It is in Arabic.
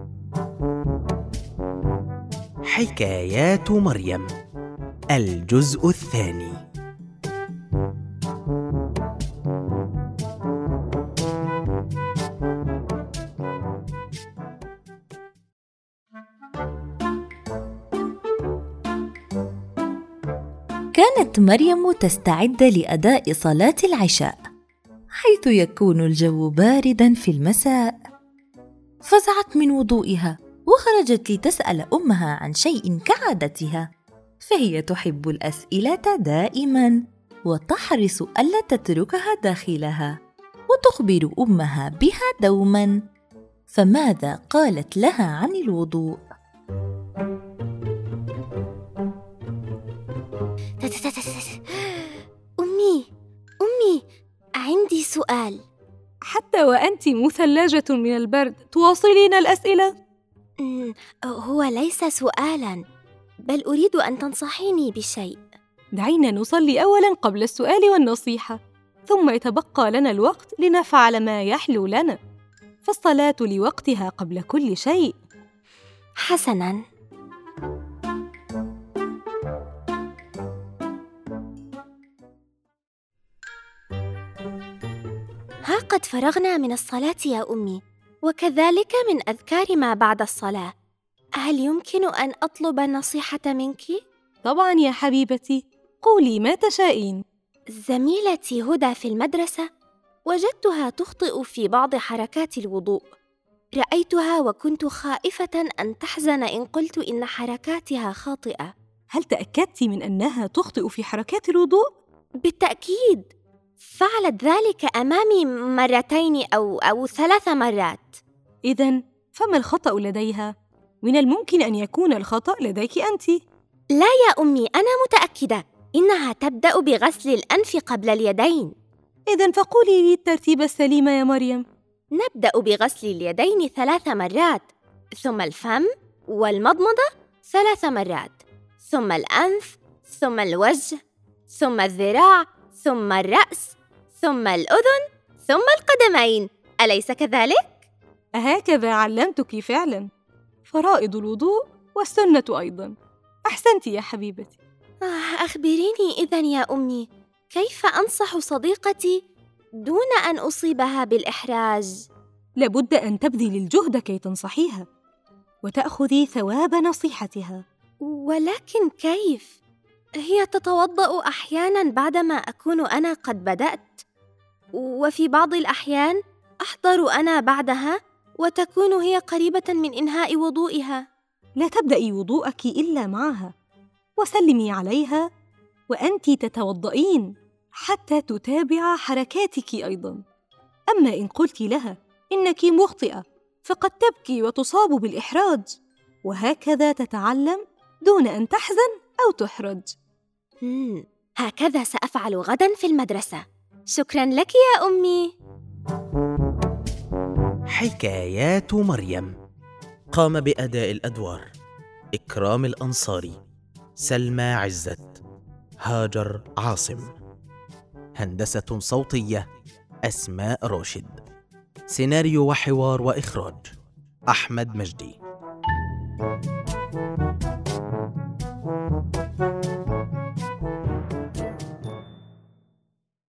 حكايات مريم الجزء الثاني. كانت مريم تستعد لأداء صلاة العشاء، حيث يكون الجو بارداً في المساء. فزعت من وضوئها وخرجت لتسأل أمها عن شيء كعادتها، فهي تحب الأسئلة دائماً وتحرص ألا تتركها داخلها، وتخبر أمها بها دوماً. فماذا قالت لها عن الوضوء؟ أمي، عندي سؤال. حتى وأنت مثلجة من البرد تواصلين الأسئلة؟ هو ليس سؤالاً، بل أريد أن تنصحيني بشيء. دعينا نصلي أولاً قبل السؤال والنصيحة، ثم يتبقى لنا الوقت لنفعل ما يحلو لنا، فالصلاة لوقتها قبل كل شيء. حسناً. ها قد فرغنا من الصلاة يا أمي، وكذلك من أذكار ما بعد الصلاة. هل يمكن أن أطلب النصيحة منك؟ طبعاً يا حبيبتي، قولي ما تشائين. زميلتي هدى في المدرسة وجدتها تخطئ في بعض حركات الوضوء. رأيتها وكنت خائفة أن تحزن إن قلت إن حركاتها خاطئة. هل تأكدت من أنها تخطئ في حركات الوضوء؟ بالتأكيد، فعلت ذلك أمامي مرتين أو 3 مرات. إذن فما الخطأ لديها؟ من الممكن أن يكون الخطأ لديك أنت. لا يا أمي، أنا متأكدة إنها تبدأ بغسل الأنف قبل اليدين. إذن فقولي لي الترتيب السليم يا مريم. نبدأ بغسل اليدين 3 مرات، ثم الفم والمضمضة 3 مرات، ثم الأنف، ثم الوجه، ثم الذراع، ثم الرأس، ثم الأذن، ثم القدمين. أليس كذلك؟ هكذا علمتك فعلاً، فرائض الوضوء والسنة أيضاً. أحسنت يا حبيبتي. أخبريني إذن يا أمي، كيف أنصح صديقتي دون أن أصيبها بالإحراج؟ لابد أن تبذلي الجهد كي تنصحيها وتأخذي ثواب نصيحتها. ولكن كيف؟ هي تتوضأ أحياناً بعدما أكون أنا قد بدأت، وفي بعض الأحيان أحضر أنا بعدها وتكون هي قريبة من إنهاء وضوئها. لا تبدأي وضوءك إلا معها، وسلمي عليها وأنت تتوضئين حتى تتابع حركاتك أيضاً. أما إن قلت لها إنك مخطئة فقد تبكي وتصاب بالإحراج، وهكذا تتعلم دون أن تحزن أو تحرج. هكذا سأفعل غداً في المدرسة. شكراً لك يا أمي. حكايات مريم. قام بأداء الأدوار إكرام الأنصاري، سلمى عزت، هاجر عاصم. هندسة صوتية أسماء راشد. سيناريو وحوار وإخراج أحمد مجدي.